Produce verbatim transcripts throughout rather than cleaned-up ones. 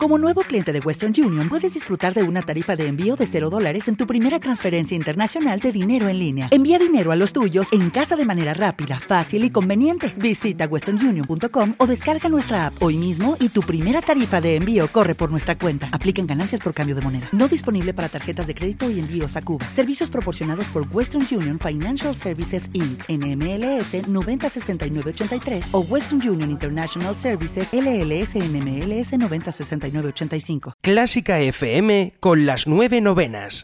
Como nuevo cliente de Western Union, puedes disfrutar de una tarifa de envío de cero dólares en tu primera transferencia internacional de dinero en línea. Envía dinero a los tuyos en casa de manera rápida, fácil y conveniente. Visita western union punto com o descarga nuestra app hoy mismo y tu primera tarifa de envío corre por nuestra cuenta. Aplican ganancias por cambio de moneda. No disponible para tarjetas de crédito y envíos a Cuba. Servicios proporcionados por Western Union Financial Services incorporated. N M L S noventa sesenta y nueve ochenta y tres o Western Union International Services L L S N M L S noventa sesenta y nueve ochenta y cinco. Clásica F M con las nueve novenas.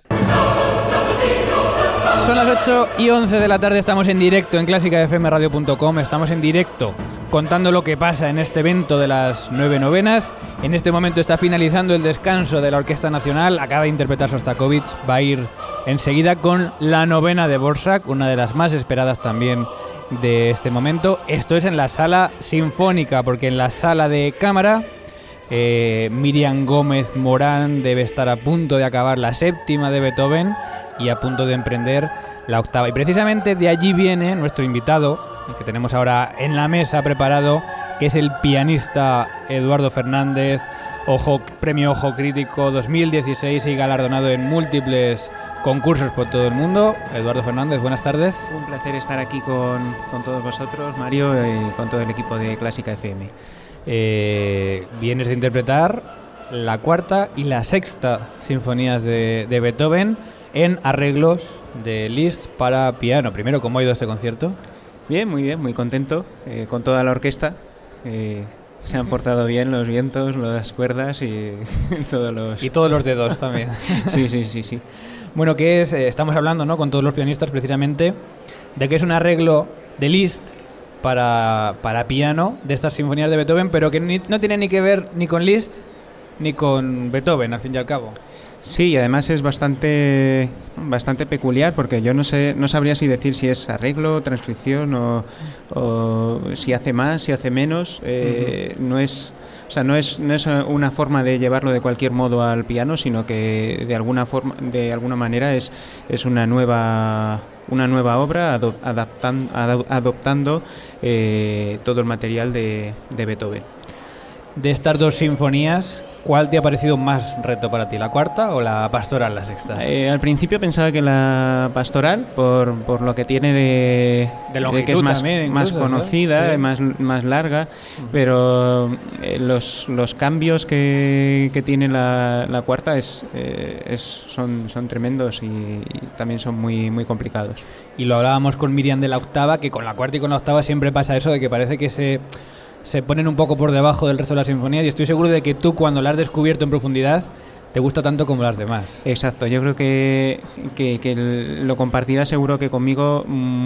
Son las ocho y once de la tarde, estamos en directo en clásica f m radio punto com, estamos en directo contando lo que pasa en este evento de las nueve novenas. En este momento está finalizando el descanso de la Orquesta Nacional, acaba de interpretar Shostakovich, va a ir enseguida con la novena de Dvorak, una de las más esperadas también de este momento. Esto es en la sala sinfónica, porque en la sala de cámara eh, Miriam Gómez Morán debe estar a punto de acabar la séptima de Beethoven y a punto de emprender la octava. Y precisamente de allí viene nuestro invitado, que tenemos ahora en la mesa preparado, que es el pianista Eduardo Fernández, Ojo, premio Ojo Crítico dos mil dieciséis y galardonado en múltiples concursos por todo el mundo. Eduardo Fernández, buenas tardes. Un placer estar aquí con, con todos vosotros, Mario, y con todo el equipo de Clásica F M. Eh, vienes de interpretar la cuarta y la sexta sinfonías de, de Beethoven en arreglos de Liszt para piano. Primero, ¿cómo ha ido este concierto? Bien, muy bien, muy contento eh, con toda la orquesta. Eh, se han portado bien los vientos, las cuerdas y todos los... Y todos los dedos también. Sí, sí, sí, sí. Bueno, que es, eh, estamos hablando, ¿no?, con todos los pianistas precisamente de que es un arreglo de Liszt para, para piano de estas sinfonías de Beethoven, pero que ni, no tiene ni que ver ni con Liszt ni con Beethoven, al fin y al cabo. Sí, y además es bastante bastante peculiar, porque yo no sé no sabría si decir si es arreglo, transcripción o, o si hace más, si hace menos. Eh, uh-huh. No es, o sea, no es no es una forma de llevarlo de cualquier modo al piano, sino que de alguna forma, de alguna manera es es una nueva una nueva obra adop, adaptan, adop, adoptando eh, todo el material de, de Beethoven. De estas dos sinfonías, ¿cuál te ha parecido más reto para ti, la cuarta o la pastoral, la sexta? Eh, al principio pensaba que la pastoral, por, por lo que tiene de, de, longitud de que es más, también, más incluso, conocida, sí. más, más larga, uh-huh. pero eh, los, los cambios que, que tiene la, la cuarta es, eh, es, son, son tremendos y, y también son muy, muy complicados. Y lo hablábamos con Miriam de la octava, que con la cuarta y con la octava siempre pasa eso de que parece que se... se ponen un poco por debajo del resto de las sinfonías, y estoy seguro de que tú, cuando la has descubierto en profundidad, te gusta tanto como las demás. Exacto, yo creo que, que, que lo compartirá seguro que conmigo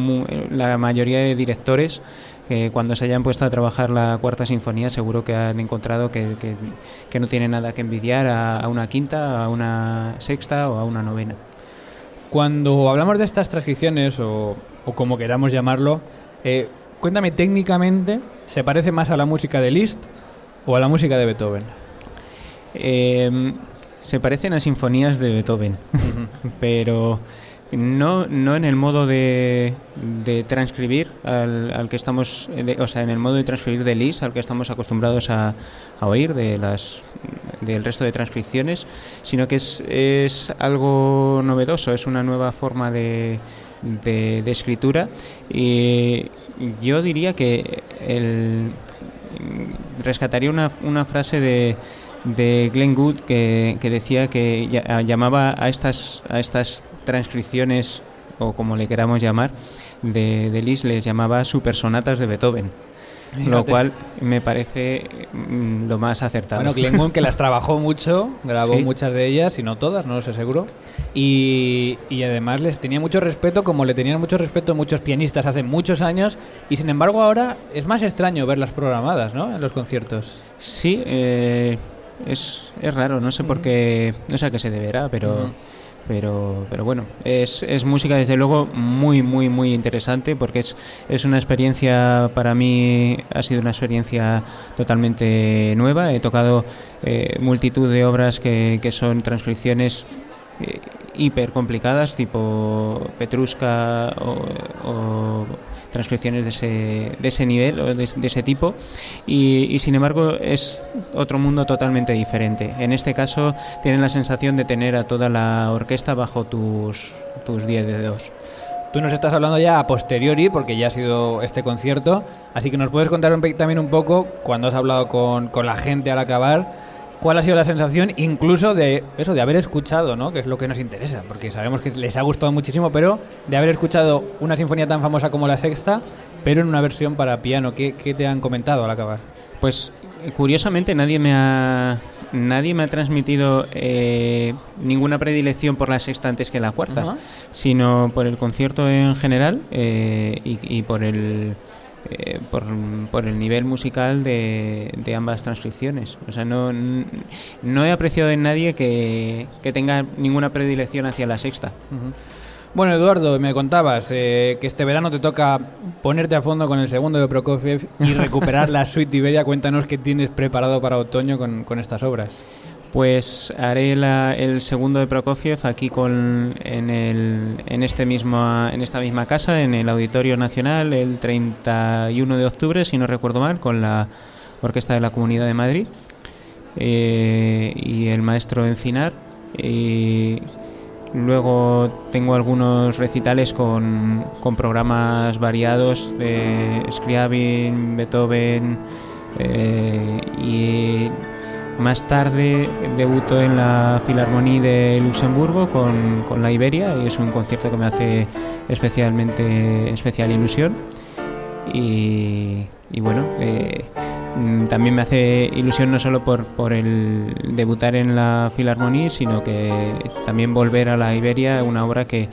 la mayoría de directores que cuando se hayan puesto a trabajar la cuarta sinfonía seguro que han encontrado que, que, que no tiene nada que envidiar a, a una quinta, a una sexta o a una novena. Cuando hablamos de estas transcripciones, o, o como queramos llamarlo, eh, cuéntame técnicamente, ¿se parece más a la música de Liszt o a la música de Beethoven? Eh, se parecen a sinfonías de Beethoven, uh-huh. pero no, no en el modo de, de transcribir al, al que estamos, de, o sea, en el modo de transcribir de Liszt al que estamos acostumbrados a, a oír de las del resto de transcripciones, sino que es, es algo novedoso, es una nueva forma de De, de escritura, y yo diría que el, rescataría una, una frase de, de Glenn Gould que, que decía que llamaba a estas, a estas transcripciones, o como le queramos llamar, de, de Liszt, les llamaba supersonatas de Beethoven. Fíjate. Lo cual me parece mm, lo más acertado. Bueno, Glenn Gould, que las trabajó mucho, grabó sí. muchas de ellas, y no todas, no lo sé seguro, y, y además les tenía mucho respeto, como le tenían mucho respeto muchos pianistas hace muchos años, y sin embargo ahora es más extraño verlas programadas, ¿no?, en los conciertos. Sí, eh, es, es raro, no sé uh-huh. por qué, no sé a qué se deberá, pero... Uh-huh. Pero, pero bueno, es, es música desde luego muy, muy, muy interesante, porque es, es una experiencia, para mí ha sido una experiencia totalmente nueva. He tocado eh, multitud de obras que, que son transcripciones eh, hiper complicadas, tipo Petrushka o, o transcripciones de ese, de ese nivel o de, de ese tipo, y, y sin embargo es otro mundo totalmente diferente. En este caso tienes la sensación de tener a toda la orquesta bajo tus, tus diez dedos. Tú nos estás hablando ya a posteriori, porque ya ha sido este concierto, así que nos puedes contar un, también un poco, cuando has hablado con, con la gente al acabar, cuál ha sido la sensación incluso de eso, de haber escuchado, ¿no? Que es lo que nos interesa, porque sabemos que les ha gustado muchísimo, pero de haber escuchado una sinfonía tan famosa como la Sexta, pero en una versión para piano. ¿Qué, qué te han comentado al acabar? Pues curiosamente nadie me ha nadie me ha transmitido eh, ninguna predilección por la Sexta antes que la Cuarta, uh-huh. sino por el concierto en general eh, y, y por el eh, por, por el nivel musical de, de ambas transcripciones. O sea, no no he apreciado en nadie que, que tenga ninguna predilección hacia la Sexta. Uh-huh. Bueno, Eduardo, me contabas eh, que este verano te toca ponerte a fondo con el segundo de Prokofiev y recuperar la suite Iberia. Cuéntanos qué tienes preparado para otoño con, con estas obras. Pues haré la, el segundo de Prokofiev aquí con, en, el, en, este mismo, en esta misma casa, en el Auditorio Nacional, el treinta y uno de octubre, si no recuerdo mal, con la Orquesta de la Comunidad de Madrid eh, y el maestro Encinar. Y luego tengo algunos recitales con, con programas variados de Scriabin, Beethoven eh, y más tarde debuto en la Filarmonía de Luxemburgo con, con la Iberia, y es un concierto que me hace especialmente especial ilusión. Y, y bueno, eh, también me hace ilusión no solo por, por el debutar en la Filarmonía, sino que también volver a la Iberia, una obra que,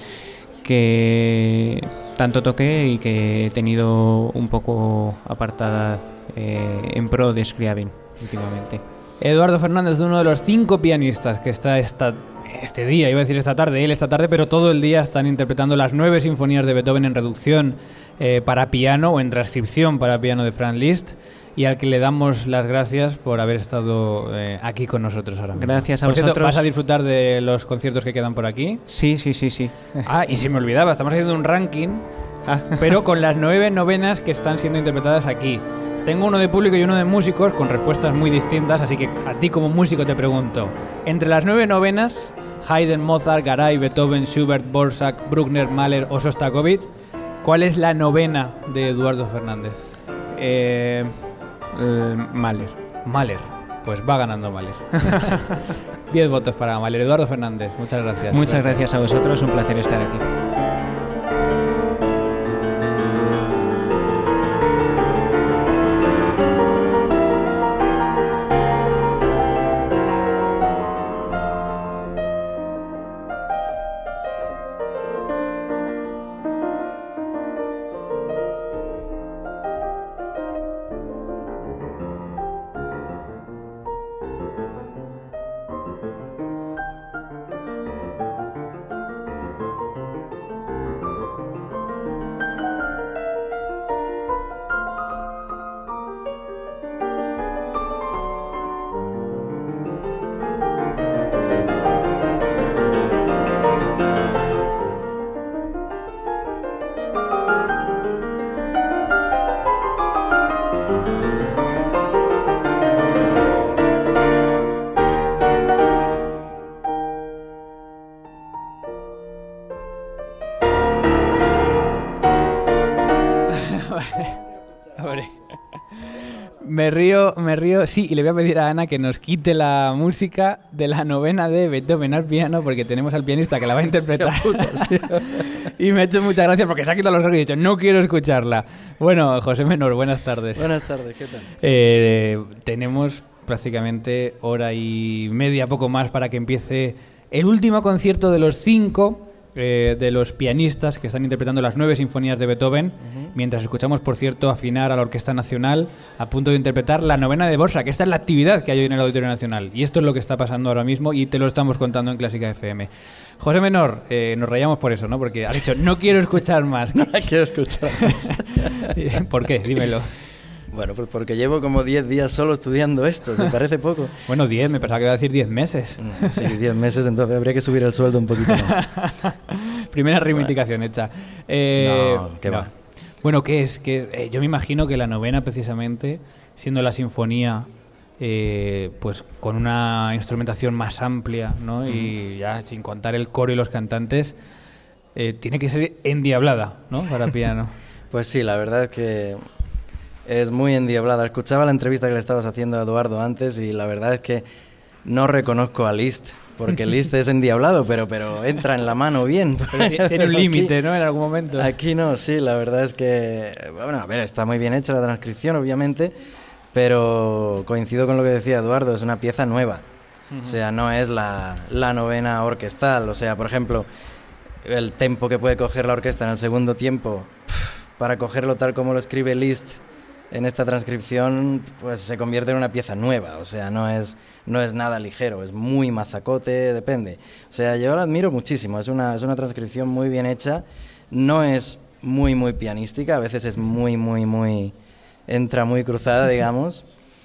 que tanto toqué y que he tenido un poco apartada eh, en pro de Scriabin últimamente. Eduardo Fernández es uno de los cinco pianistas que está esta, este día, iba a decir esta tarde, él esta tarde, pero todo el día están interpretando las nueve sinfonías de Beethoven en reducción eh, para piano o en transcripción para piano de Franz Liszt, y al que le damos las gracias por haber estado eh, aquí con nosotros ahora mismo. Gracias a por vosotros. Cierto, ¿vas a disfrutar de los conciertos que quedan por aquí? Sí, sí, sí, sí. Ah, y se me olvidaba, estamos haciendo un ranking, ah. pero con las nueve novenas que están siendo interpretadas aquí. Tengo uno de público y uno de músicos con respuestas muy distintas, así que a ti como músico te pregunto, entre las nueve novenas, Haydn, Mozart, Garay, Beethoven, Schubert, Borsak, Bruckner, Mahler o Shostakovich, ¿cuál es la novena de Eduardo Fernández? Eh, eh, Mahler. Mahler, pues va ganando Mahler. Diez votos para Mahler. Eduardo Fernández, muchas gracias. Muchas gracias a vosotros, un placer estar aquí. Me río, me río, sí, y le voy a pedir a Ana que nos quite la música de la novena de Beethoven al piano, porque tenemos al pianista que la va a interpretar. Y me ha hecho mucha gracia porque se ha quitado los ojos y he dicho, no quiero escucharla. Bueno, José Menor, buenas tardes. Buenas tardes, ¿qué tal? Eh, tenemos prácticamente hora y media, poco más, para que empiece el último concierto de los cinco eh, de los pianistas que están interpretando las nueve sinfonías de Beethoven, uh-huh. mientras escuchamos, por cierto, afinar a la Orquesta Nacional a punto de interpretar la novena de Borsa, que esta es la actividad que hay hoy en el Auditorio Nacional. Y esto es lo que está pasando ahora mismo y te lo estamos contando en Clásica F M. José Menor, eh, nos rayamos por eso, ¿no? Porque has dicho, no quiero escuchar más. No la quiero escuchar más. ¿Por qué? Dímelo. Bueno, pues porque llevo como diez días solo estudiando esto, ¿te parece poco? Bueno, diez, me pensaba que iba a decir diez meses. Sí, diez meses, entonces habría que subir el sueldo un poquito más. Primera reivindicación bueno. hecha. Eh, no, qué no. va. Bueno, ¿qué es? Que eh, yo me imagino que la novena, precisamente, siendo la sinfonía, eh, pues con una instrumentación más amplia, ¿no? Mm. Y ya sin contar el coro y los cantantes, eh, tiene que ser endiablada, ¿no? Para piano. Pues sí, la verdad es que es muy endiablada. Escuchaba la entrevista que le estabas haciendo a Eduardo antes y la verdad es que no reconozco a Liszt, porque Liszt es endiablado, pero, pero entra en la mano bien. Pero tiene un límite, ¿no? En algún momento. Aquí no, sí, la verdad es que... Bueno, a ver, está muy bien hecha la transcripción, obviamente, pero coincido con lo que decía Eduardo, es una pieza nueva. Uh-huh. O sea, no es la, la novena orquestal. O sea, por ejemplo, el tempo que puede coger la orquesta en el segundo tiempo... Para cogerlo tal como lo escribe Liszt en esta transcripción, pues se convierte en una pieza nueva, o sea, no es, no es nada ligero, es muy mazacote, depende. O sea, yo la admiro muchísimo, es una, es una transcripción muy bien hecha, no es muy, muy pianística, a veces es muy, muy, muy... entra muy cruzada, digamos,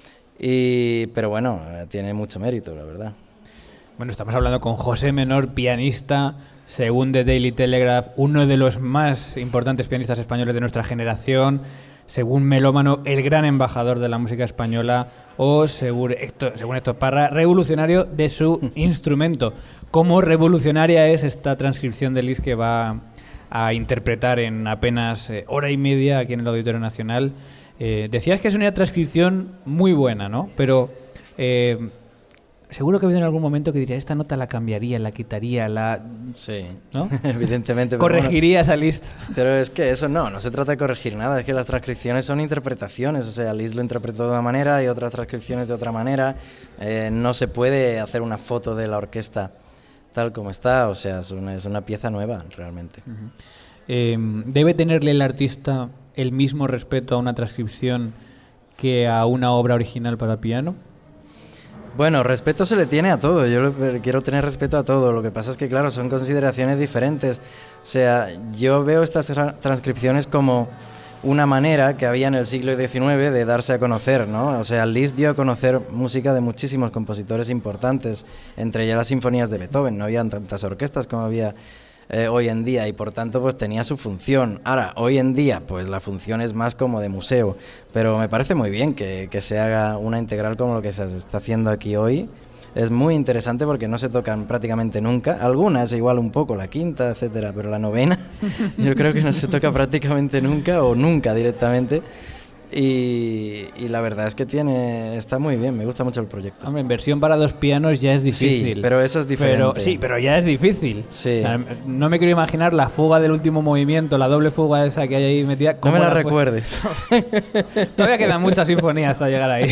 y, pero bueno, tiene mucho mérito, la verdad. Bueno, estamos hablando con José Menor, pianista, según The Daily Telegraph, uno de los más importantes pianistas españoles de nuestra generación, según Melómano, el gran embajador de la música española, o según Héctor, según Héctor Parra, revolucionario de su instrumento. ¿Cómo revolucionaria es esta transcripción de Liszt que va a interpretar en apenas eh, hora y media aquí en el Auditorio Nacional? Eh, decías que es una transcripción muy buena, ¿no? Pero... Eh, seguro que ha habido en algún momento que diría, esta nota la cambiaría, la quitaría, la... Sí, ¿no? Evidentemente. Corregirías bueno, a Liszt. Pero es que eso no, no se trata de corregir nada, es que las transcripciones son interpretaciones, o sea, Liszt lo interpretó de una manera y otras transcripciones de otra manera, eh, no se puede hacer una foto de la orquesta tal como está, o sea, es una, es una pieza nueva, realmente. Uh-huh. eh, ¿Debe tenerle el artista el mismo respeto a una transcripción que a una obra original para piano? Bueno, respeto se le tiene a todo, yo le, quiero tener respeto a todo, lo que pasa es que claro, son consideraciones diferentes, o sea, yo veo estas tra- transcripciones como una manera que había en el siglo diecinueve de darse a conocer, ¿no? O sea, Liszt dio a conocer música de muchísimos compositores importantes, entre ellas las sinfonías de Beethoven, no habían tantas orquestas como había eh, hoy en día y por tanto pues tenía su función. Ahora, hoy en día pues la función es más como de museo, pero me parece muy bien que, que se haga una integral como lo que se está haciendo aquí hoy. Es muy interesante porque no se tocan prácticamente nunca, algunas igual un poco, la quinta, etcétera, pero la novena yo creo que no se toca prácticamente nunca o nunca directamente. Y, y la verdad es que tiene está muy bien, me gusta mucho el proyecto. Hombre, en versión para dos pianos ya es difícil. Sí, pero eso es diferente. Pero, sí, pero ya es difícil. Sí. O sea, no me quiero imaginar la fuga del último movimiento, la doble fuga esa que hay ahí metida. No me la, la recuerdes. Todavía quedan muchas sinfonías hasta llegar ahí.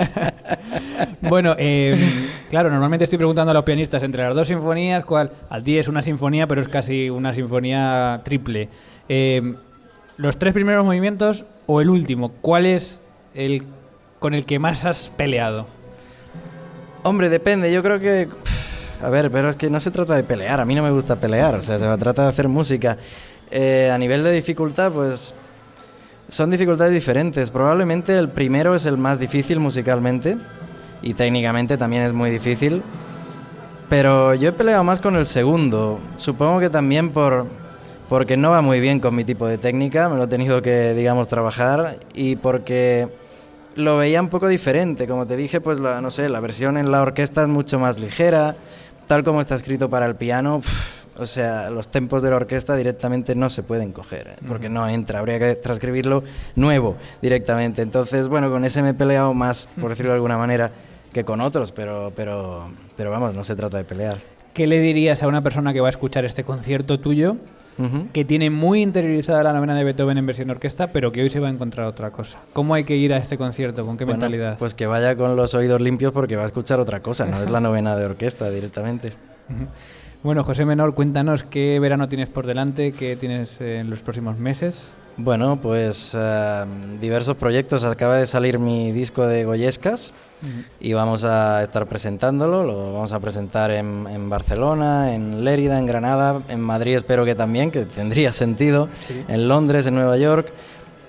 Bueno, eh, claro, normalmente estoy preguntando a los pianistas entre las dos sinfonías, ¿cuál? Al ti es una sinfonía, pero es casi una sinfonía triple. Eh, ¿Los tres primeros movimientos o el último? ¿Cuál es el con el que más has peleado? Hombre, depende. Yo creo que... A ver, pero es que no se trata de pelear. A mí no me gusta pelear. O sea, se trata de hacer música. Eh, a nivel de dificultad, pues... Son dificultades diferentes. Probablemente el primero es el más difícil musicalmente. Y técnicamente también es muy difícil. Pero yo he peleado más con el segundo. Supongo que también por... porque no va muy bien con mi tipo de técnica, me lo he tenido que, digamos, trabajar, y porque lo veía un poco diferente. Como te dije, pues, la, no sé, la versión en la orquesta es mucho más ligera, tal como está escrito para el piano, pff, o sea, los tempos de la orquesta directamente no se pueden coger, ¿eh? Porque no entra, habría que transcribirlo nuevo directamente. Entonces, bueno, con ese me he peleado más, por decirlo de alguna manera, que con otros, pero, pero, pero vamos, no se trata de pelear. ¿Qué le dirías a una persona que va a escuchar este concierto tuyo, uh-huh, que tiene muy interiorizada la novena de Beethoven en versión orquesta, pero que hoy se va a encontrar otra cosa? ¿Cómo hay que ir a este concierto? ¿Con qué bueno, mentalidad? Pues que vaya con los oídos limpios porque va a escuchar otra cosa, no es la novena de orquesta directamente. Uh-huh. Bueno, José Menor, cuéntanos qué verano tienes por delante, qué tienes en los próximos meses. Bueno, pues uh, diversos proyectos. Acaba de salir mi disco de Goyescas, uh-huh, y vamos a estar presentándolo. Lo vamos a presentar en, en Barcelona, en Lérida, en Granada, en Madrid espero que también, que tendría sentido, sí, en Londres, en Nueva York.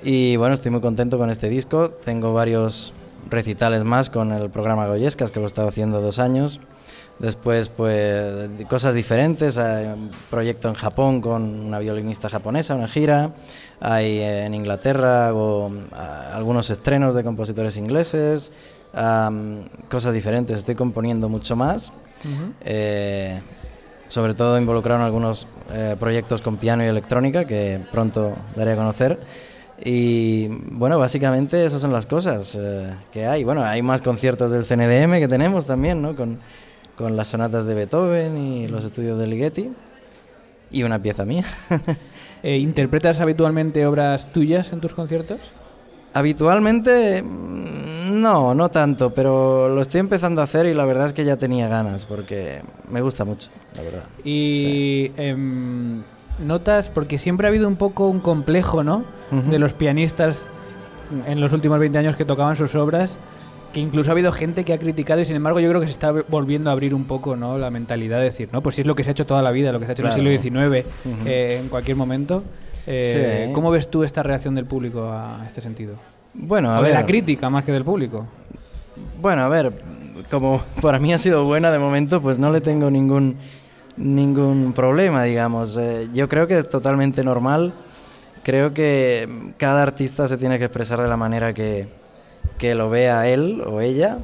Y bueno, estoy muy contento con este disco. Tengo varios recitales más con el programa Goyescas, que lo he estado haciendo dos años. Después, pues, cosas diferentes. Hay un proyecto en Japón con una violinista japonesa, una gira. Hay en Inglaterra, hago uh, algunos estrenos de compositores ingleses. Um, cosas diferentes. Estoy componiendo mucho más. Uh-huh. Eh, sobre todo involucrado en algunos eh, proyectos con piano y electrónica que pronto daré a conocer. Y bueno, básicamente esas son las cosas eh, que hay. Bueno, hay más conciertos del C N D M que tenemos también, ¿no? Con, con las sonatas de Beethoven y los estudios de Ligeti. Y una pieza mía. eh, ¿Interpretas habitualmente obras tuyas en tus conciertos? Habitualmente no, no tanto, pero lo estoy empezando a hacer y la verdad es que ya tenía ganas porque me gusta mucho, la verdad. Y sí. eh, notas, porque siempre ha habido un poco un complejo, ¿no? Uh-huh. De los pianistas en los últimos veinte años que tocaban sus obras, que incluso ha habido gente que ha criticado y sin embargo yo creo que se está volviendo a abrir un poco, ¿no? La mentalidad de decir, no, pues si es lo que se ha hecho toda la vida, lo que se ha hecho claro. En el siglo diecinueve, uh-huh. eh, en cualquier momento. Eh, sí. ¿Cómo ves tú esta reacción del público a este sentido? Bueno, a o ver. de la crítica más que del público. Bueno, a ver, como para mí ha sido buena de momento, pues no le tengo ningún ningún problema, digamos. Eh, yo creo que es totalmente normal. Creo que cada artista se tiene que expresar de la manera que, que lo vea él o ella.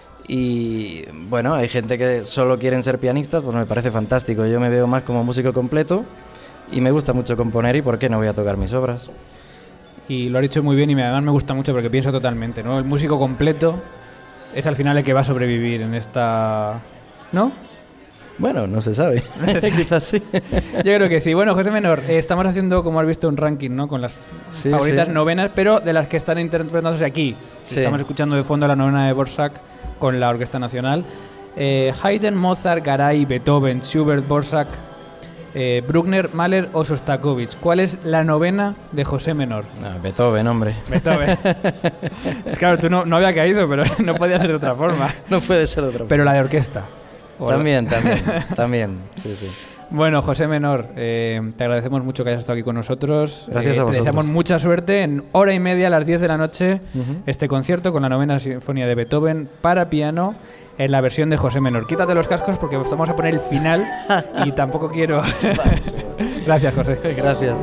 Y bueno, hay gente que solo quieren ser pianistas, pues me parece fantástico. Yo me veo más como músico completo. Y me gusta mucho componer y ¿por qué no voy a tocar mis obras? Y lo has dicho muy bien y además me gusta mucho porque pienso totalmente, ¿no? El músico completo es al final el que va a sobrevivir en esta... ¿No? Bueno, no se sabe. No se sabe. Quizás sí. Yo creo que sí. Bueno, José Menor, eh, estamos haciendo, como has visto, un ranking, ¿no? Con las sí, favoritas sí. novenas, pero de las que están interpretándose aquí. Sí. Estamos escuchando de fondo la novena de Dvořák con la Orquesta Nacional. Eh, Haydn, Mozart, Garay, Beethoven, Schubert, Dvořák... Eh, Bruckner, Mahler o Shostakovich. ¿Cuál es la novena de José Menor? Ah, Beethoven, hombre. Beethoven. Claro, tú no, no había caído, pero no podía ser de otra forma. No puede ser de otra forma. Pero la de orquesta. También, también, también, sí, sí. Bueno, José Menor, eh, te agradecemos mucho que hayas estado aquí con nosotros. Gracias eh, a vosotros. Te deseamos mucha suerte. En hora y media, a las diez de la noche, uh-huh. este concierto con la novena sinfonía de Beethoven para piano en la versión de José Menor. Quítate los cascos porque vamos a poner el final y tampoco quiero... Vale, sí. Gracias, José. Gracias.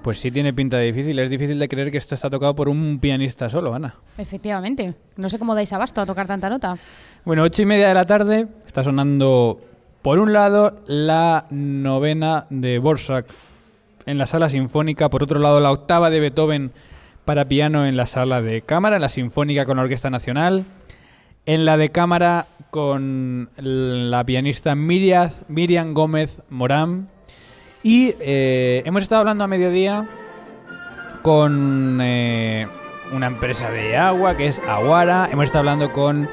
Pues sí tiene pinta de difícil. Es difícil de creer que esto está tocado por un pianista solo, Ana. Efectivamente. No sé cómo dais abasto a tocar tanta nota. Bueno, ocho y media de la tarde. Está sonando, por un lado, la novena de Dvořák en la sala sinfónica. Por otro lado, la octava de Beethoven para piano en la sala de cámara, en la sinfónica con la Orquesta Nacional. En la de cámara con la pianista Miriam, Miriam Gómez Morán. Y eh, hemos estado hablando a mediodía con eh, una empresa de agua que es Aguara. Hemos estado hablando con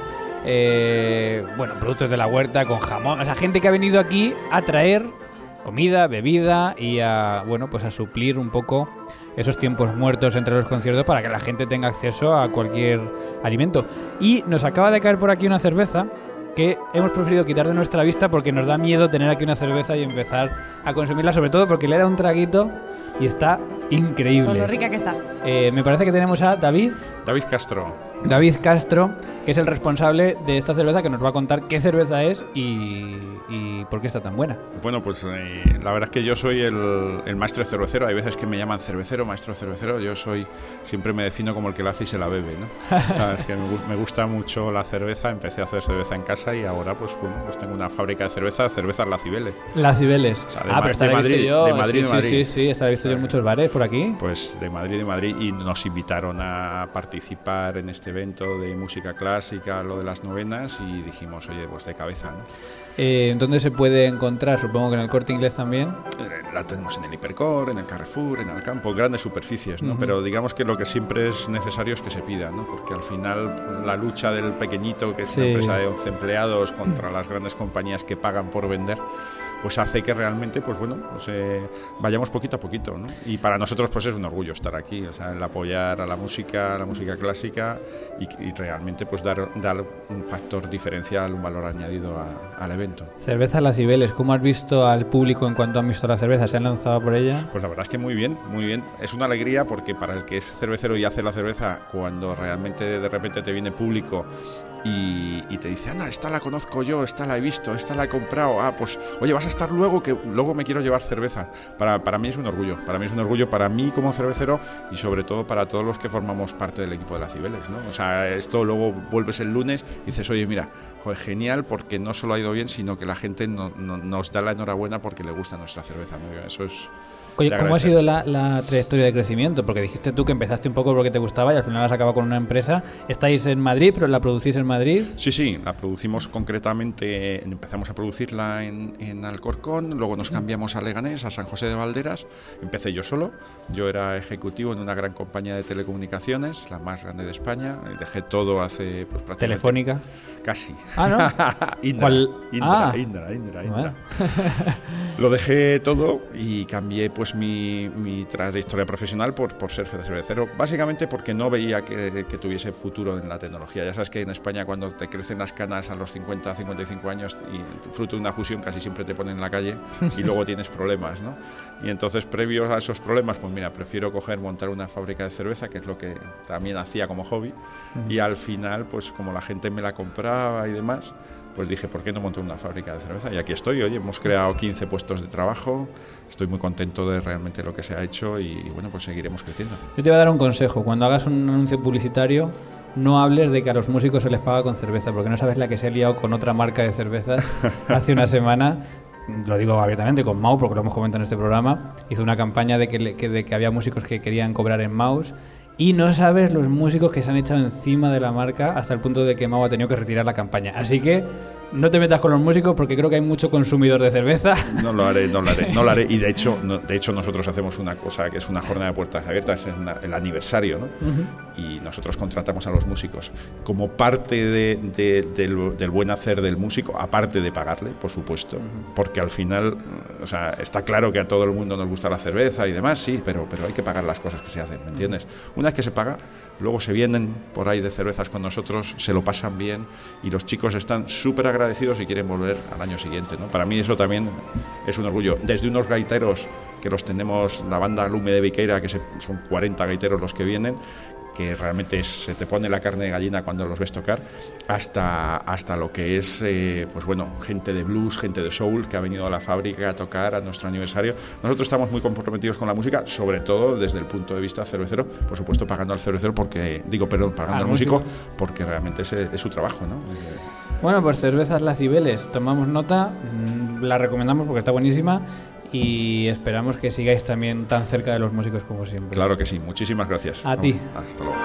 eh, bueno, productos de la huerta, con jamón. O sea, gente que ha venido aquí a traer comida, bebida y a, bueno, pues a suplir un poco esos tiempos muertos entre los conciertos para que la gente tenga acceso a cualquier alimento. Y nos acaba de caer por aquí una cerveza que hemos preferido quitar de nuestra vista porque nos da miedo tener aquí una cerveza y empezar a consumirla, sobre todo porque le da un traguito y está increíble. Con lo rica que está. Eh, me parece que tenemos a David. David Castro. David Castro, que es el responsable de esta cerveza, que nos va a contar qué cerveza es y, y por qué está tan buena. Bueno, pues eh, la verdad es que yo soy el, el maestro cervecero. Hay veces que me llaman cervecero, maestro cervecero. Yo soy, siempre me defino como el que la hace y se la bebe, ¿no? Claro, es que me, me gusta mucho la cerveza. Empecé a hacer cerveza en casa y ahora pues, bueno, pues tengo una fábrica de cervezas, cervezas La Cibeles. La Cibeles. O sea, de ah, Ma- pero esta de la he visto Madrid, yo. de Madrid, sí, de Madrid. Sí, sí, sí, esta la he visto yo en muchos bares por aquí. Pues de Madrid, de Madrid. Y nos invitaron a participar en este evento de música clásica, lo de las novenas, y dijimos, oye, pues de cabeza, ¿no? Eh, ¿Dónde se puede encontrar? Supongo que en el Corte Inglés también. La tenemos en el Hipercor, en el Carrefour, en el campo, grandes superficies, ¿no? Uh-huh. Pero digamos que lo que siempre es necesario es que se pida, ¿no? Porque al final la lucha del pequeñito, que es Sí. una empresa de once empleados, contra las grandes compañías que pagan por vender, pues hace que realmente, pues bueno, pues, eh, vayamos poquito a poquito, ¿no? Y para nosotros pues es un orgullo estar aquí, o sea, el apoyar a la música, a la música clásica y, y realmente pues dar, dar un factor diferencial, un valor añadido a, al evento. Cerveza La Cibeles. ¿Cómo has visto al público en cuanto han visto la cerveza? ¿Se han lanzado por ella? Pues la verdad es que muy bien, muy bien. Es una alegría porque para el que es cervecero y hace la cerveza, cuando realmente de repente te viene público y, y te dice, anda, esta la conozco yo, esta la he visto, esta la he comprado, ah, pues oye, vas a estar luego, que luego me quiero llevar cerveza. Para, para mí es un orgullo, para mí es un orgullo, para mí como cervecero y sobre todo para todos los que formamos parte del equipo de La Cibeles, ¿no? O sea, esto luego vuelves el lunes y dices, oye, mira, joder, genial, porque no solo ha ido bien, sino que la gente no, no, nos da la enhorabuena porque le gusta nuestra cerveza, ¿no? Eso es... Oye, de ¿cómo ha agradecer. sido la, la trayectoria de crecimiento? Porque dijiste tú que empezaste un poco porque te gustaba y al final has acabado con una empresa. Estáis en Madrid, pero la producís en Madrid. Sí, sí, la producimos concretamente, empezamos a producirla en, en Alcorcón, luego nos cambiamos a Leganés, a San José de Valderas. Empecé yo solo, yo era ejecutivo en una gran compañía de telecomunicaciones, la más grande de España, y dejé todo hace pues, prácticamente... Telefónica. Casi. Ah, ¿no? Indra, ¿Cuál? Indra, Ah. Indra, Indra, Indra. Bueno. Lo dejé todo y cambié pues mi, mi trayectoria profesional por, por ser cervecero, básicamente porque no veía que, que tuviese futuro en la tecnología. Ya sabes que en España cuando te crecen las canas a los cincuenta, cincuenta y cinco años y fruto de una fusión casi siempre te ponen en la calle y luego tienes problemas, ¿no? Y entonces previos a esos problemas, pues mira, prefiero coger, montar una fábrica de cerveza, que es lo que también hacía como hobby, uh-huh. Y al final, pues como la gente me la compraba y demás, pues dije, ¿por qué no montar una fábrica de cerveza? Y aquí estoy, oye, hemos creado quince puestos de trabajo, estoy muy contento de realmente lo que se ha hecho y, y bueno, pues seguiremos creciendo. Yo te voy a dar un consejo. Cuando hagas un anuncio publicitario, no hables de que a los músicos se les paga con cerveza, porque no sabes la que se ha liado con otra marca de cervezas hace una semana. Lo digo abiertamente, con Mau, porque lo hemos comentado en este programa. Hizo una campaña de que, le, que, de que había músicos que querían cobrar en Maus. Y no sabes los músicos que se han echado encima de la marca hasta el punto de que Mau ha tenido que retirar la campaña. Así que no te metas con los músicos porque creo que hay mucho consumidor de cerveza. No lo haré, no lo haré, no lo haré. Y de hecho, no, de hecho nosotros hacemos una cosa que es una jornada de puertas abiertas, es una, el aniversario, ¿no? Uh-huh. Y nosotros contratamos a los músicos como parte de, de, del, del buen hacer del músico, aparte de pagarle, por supuesto, uh-huh. Porque al final, o sea, está claro que a todo el mundo nos gusta la cerveza y demás, sí, pero, pero hay que pagar las cosas que se hacen, ¿me entiendes? Una vez que se paga, luego se vienen por ahí de cervezas con nosotros, se lo pasan bien y los chicos están súper agradecidos y quieren volver al año siguiente, ¿no? Para mí eso también es un orgullo. Desde unos gaiteros que los tenemos, la banda Lume de Viqueira, que se, son cuarenta gaiteros los que vienen, que realmente es, se te pone la carne de gallina cuando los ves tocar, hasta, hasta lo que es, eh, pues bueno, gente de blues, gente de soul que ha venido a la fábrica a tocar a nuestro aniversario. Nosotros estamos muy comprometidos con la música, sobre todo desde el punto de vista cervecero, por supuesto pagando al cervecero porque, digo, perdón, pagando al, al músico, músico porque realmente es, es su trabajo, ¿no? Bueno, pues cervezas La Cibeles, tomamos nota, la recomendamos porque está buenísima y esperamos que sigáis también tan cerca de los músicos como siempre. Claro que sí, muchísimas gracias. A ti. Hasta luego.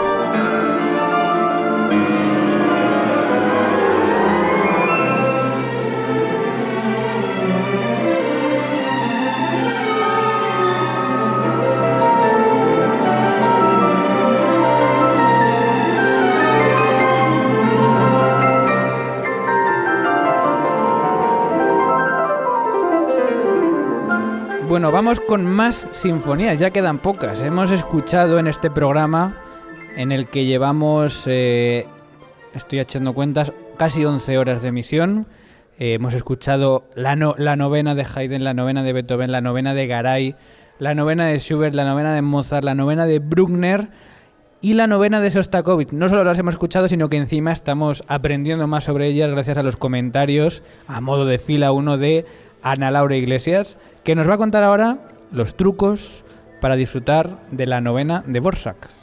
Bueno, vamos con más sinfonías, ya quedan pocas. Hemos escuchado en este programa, en el que llevamos, eh, estoy echando cuentas, casi once horas de emisión. Eh, hemos escuchado la, no, la novena de Haydn, la novena de Beethoven, la novena de Garay, la novena de Schubert, la novena de Mozart, la novena de Bruckner y la novena de Sostakovich. No solo las hemos escuchado, sino que encima estamos aprendiendo más sobre ellas gracias a los comentarios, a modo de fila uno, de Ana Laura Iglesias, que nos va a contar ahora los trucos para disfrutar de la novena de Dvorak.